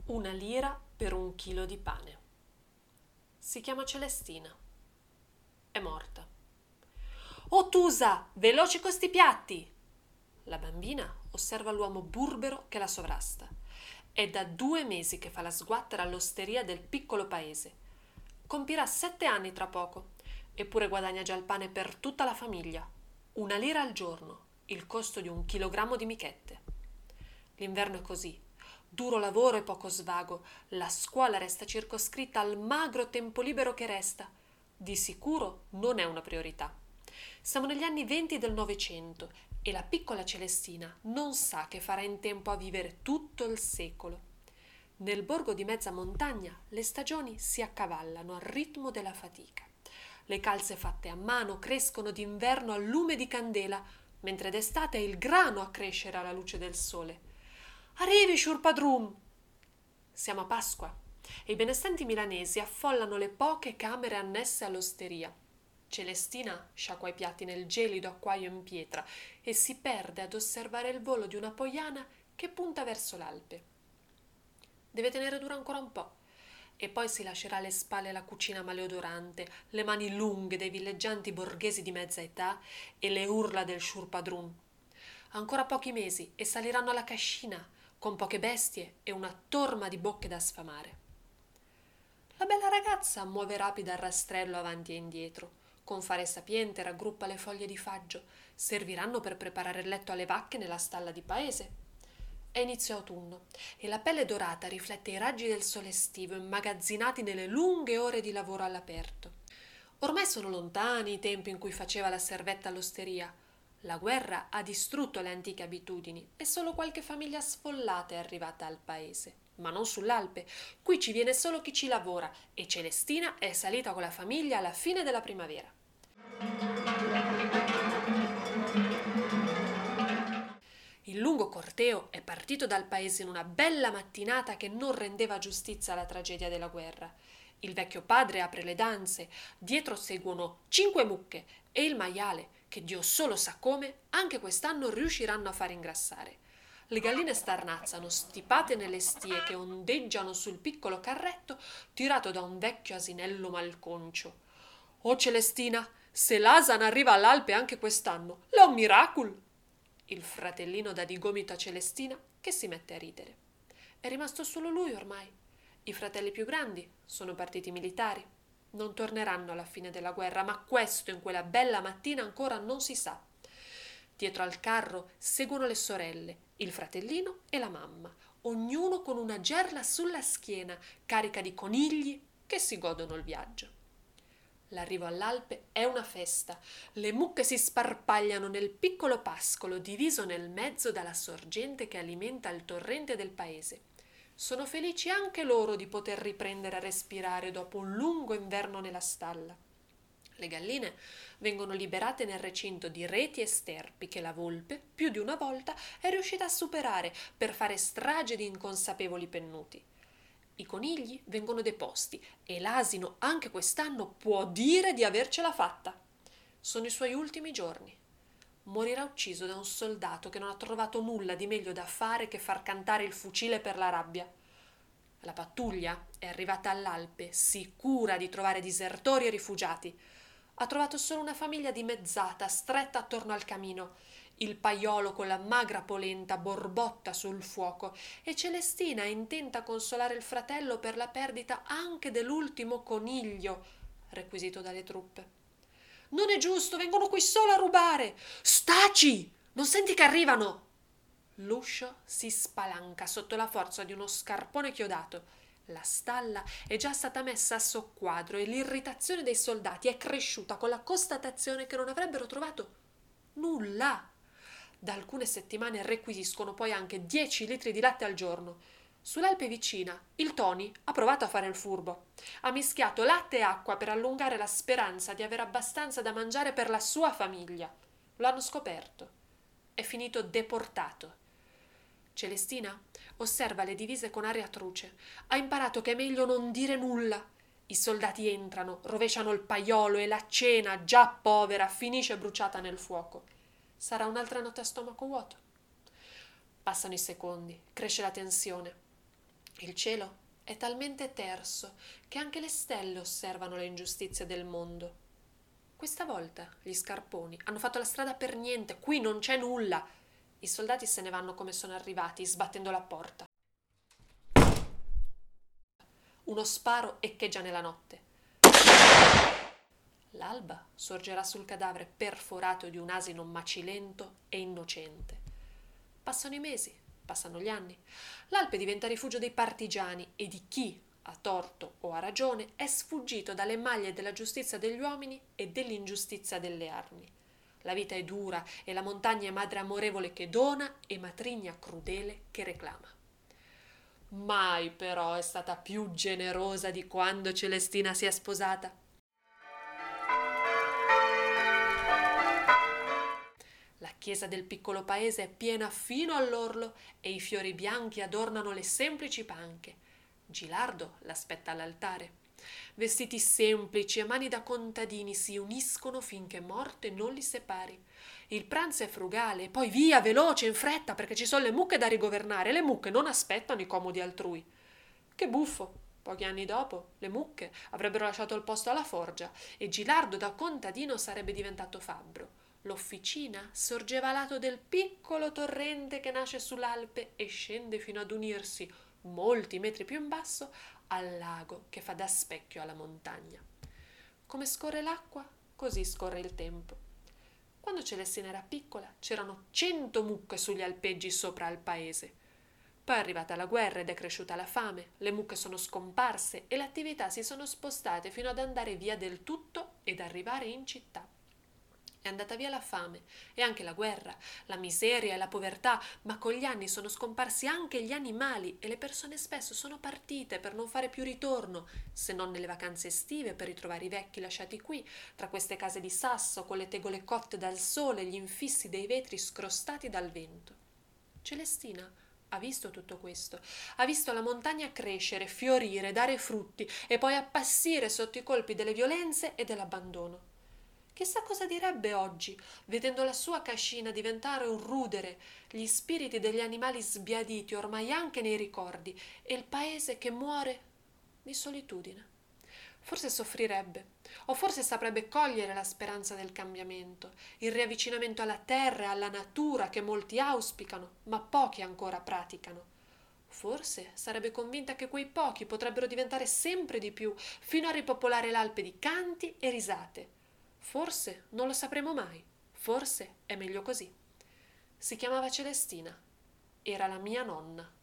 Una lira per un chilo di pane. Si chiama Celestina. È morta. «Oh Tusa, veloce con sti piatti!» La bambina osserva l'uomo burbero che la sovrasta. È da 2 mesi che fa la sguattera all'osteria del piccolo paese. Compirà 7 anni tra poco, eppure guadagna già il pane per tutta la famiglia. 1 lira al giorno, il costo di 1 chilogrammo di michette. L'inverno è così. Duro lavoro e poco svago. La scuola resta circoscritta al magro tempo libero che resta. Di sicuro non è una priorità. Siamo negli anni 20 del Novecento e la piccola Celestina non sa che farà in tempo a vivere tutto il secolo. Nel borgo di mezza montagna le stagioni si accavallano al ritmo della fatica. Le calze fatte a mano crescono d'inverno al lume di candela, mentre d'estate è il grano a crescere alla luce del sole. «Arrivi, sciurpadrum!» Siamo a Pasqua e i benestanti milanesi affollano le poche camere annesse all'osteria. Celestina sciacqua i piatti nel gelido acquaio in pietra e si perde ad osservare il volo di una poiana che punta verso l'Alpe. Deve tenere duro ancora un po' e poi si lascerà alle spalle la cucina maleodorante, le mani lunghe dei villeggianti borghesi di mezza età e le urla del sciurpadrum. Ancora pochi mesi e saliranno alla cascina con poche bestie e una torma di bocche da sfamare. La bella ragazza muove rapido il rastrello avanti e indietro. Con fare sapiente raggruppa le foglie di faggio. Serviranno per preparare il letto alle vacche nella stalla di paese. È inizio autunno e la pelle dorata riflette i raggi del sole estivo immagazzinati nelle lunghe ore di lavoro all'aperto. Ormai sono lontani i tempi in cui faceva la servetta all'osteria. La guerra ha distrutto le antiche abitudini e solo qualche famiglia sfollata è arrivata al paese. Ma non sull'Alpe. Qui ci viene solo chi ci lavora e Celestina è salita con la famiglia alla fine della primavera. Il lungo corteo è partito dal paese in una bella mattinata che non rendeva giustizia alla tragedia della guerra. Il vecchio padre apre le danze, dietro seguono 5 mucche e il maiale, che Dio solo sa come, anche quest'anno riusciranno a far ingrassare. Le galline starnazzano, stipate nelle stie che ondeggiano sul piccolo carretto tirato da un vecchio asinello malconcio. «Oh Celestina, se l'asana arriva all'Alpe anche quest'anno, è un miracolo!» Il fratellino dà di gomito a Celestina, che si mette a ridere. È rimasto solo lui ormai. I fratelli più grandi sono partiti militari. Non torneranno alla fine della guerra, ma questo in quella bella mattina ancora non si sa. Dietro al carro seguono le sorelle, il fratellino e la mamma, ognuno con una gerla sulla schiena, carica di conigli che si godono il viaggio. L'arrivo all'Alpe è una festa. Le mucche si sparpagliano nel piccolo pascolo diviso nel mezzo dalla sorgente che alimenta il torrente del paese. Sono felici anche loro di poter riprendere a respirare dopo un lungo inverno nella stalla. Le galline vengono liberate nel recinto di reti e sterpi che la volpe, più di una volta, è riuscita a superare per fare strage di inconsapevoli pennuti. I conigli vengono deposti e l'asino anche quest'anno può dire di avercela fatta. Sono i suoi ultimi giorni. Morirà ucciso da un soldato che non ha trovato nulla di meglio da fare che far cantare il fucile per la rabbia. La pattuglia è arrivata all'Alpe sicura di trovare disertori e rifugiati. Ha trovato solo una famiglia dimezzata, stretta attorno al camino. Il paiolo con la magra polenta borbotta sul fuoco e Celestina è intenta a consolare il fratello per la perdita anche dell'ultimo coniglio requisito dalle truppe. «Non è giusto, vengono qui solo a rubare!» «Staci! Non senti che arrivano?» L'uscio si spalanca sotto la forza di uno scarpone chiodato. La stalla è già stata messa a soqquadro e l'irritazione dei soldati è cresciuta con la constatazione che non avrebbero trovato nulla. Da alcune settimane requisiscono poi anche 10 litri di latte al giorno. Sull'Alpe vicina, il Tony ha provato a fare il furbo. Ha mischiato latte e acqua per allungare la speranza di avere abbastanza da mangiare per la sua famiglia. Lo hanno scoperto. È finito deportato. Celestina osserva le divise con aria truce. Ha imparato che è meglio non dire nulla. I soldati entrano, rovesciano il paiolo e la cena, già povera, finisce bruciata nel fuoco. Sarà un'altra notte a stomaco vuoto. Passano i secondi, cresce la tensione. Il cielo è talmente terso che anche le stelle osservano le ingiustizie del mondo. Questa volta gli scarponi hanno fatto la strada per niente, qui non c'è nulla. I soldati se ne vanno come sono arrivati, sbattendo la porta. Uno sparo echeggia nella notte. L'alba sorgerà sul cadavere perforato di un asino macilento e innocente. Passano i mesi, passano gli anni. L'Alpe diventa rifugio dei partigiani e di chi, a torto o a ragione, è sfuggito dalle maglie della giustizia degli uomini e dell'ingiustizia delle armi. La vita è dura e la montagna è madre amorevole che dona e matrigna crudele che reclama. Mai però è stata più generosa di quando Celestina si è sposata. La chiesa del piccolo paese è piena fino all'orlo e i fiori bianchi adornano le semplici panche. Gilardo l'aspetta all'altare. Vestiti semplici e mani da contadini si uniscono finché morte non li separi. Il pranzo è frugale e poi via, veloce, in fretta, perché ci sono le mucche da rigovernare e le mucche non aspettano i comodi altrui. Che buffo! Pochi anni dopo, le mucche avrebbero lasciato il posto alla forgia e Gilardo da contadino sarebbe diventato fabbro. L'officina sorgeva a lato del piccolo torrente che nasce sull'Alpe e scende fino ad unirsi, molti metri più in basso, al lago che fa da specchio alla montagna. Come scorre l'acqua, così scorre il tempo. Quando Celestina era piccola c'erano 100 mucche sugli alpeggi sopra al paese. Poi è arrivata la guerra ed è cresciuta la fame, le mucche sono scomparse e le attività si sono spostate fino ad andare via del tutto ed arrivare in città. È andata via la fame e anche la guerra, la miseria e la povertà, ma con gli anni sono scomparsi anche gli animali e le persone spesso sono partite per non fare più ritorno, se non nelle vacanze estive per ritrovare i vecchi lasciati qui, tra queste case di sasso con le tegole cotte dal sole e gli infissi dei vetri scrostati dal vento. Celestina ha visto tutto questo, ha visto la montagna crescere, fiorire, dare frutti e poi appassire sotto i colpi delle violenze e dell'abbandono. Chissà cosa direbbe oggi, vedendo la sua cascina diventare un rudere, gli spiriti degli animali sbiaditi ormai anche nei ricordi e il paese che muore di solitudine. Forse soffrirebbe, o forse saprebbe cogliere la speranza del cambiamento, il riavvicinamento alla terra e alla natura che molti auspicano, ma pochi ancora praticano. Forse sarebbe convinta che quei pochi potrebbero diventare sempre di più, fino a ripopolare l'Alpe di canti e risate. Forse non lo sapremo mai, forse è meglio così. Si chiamava Celestina, era la mia nonna.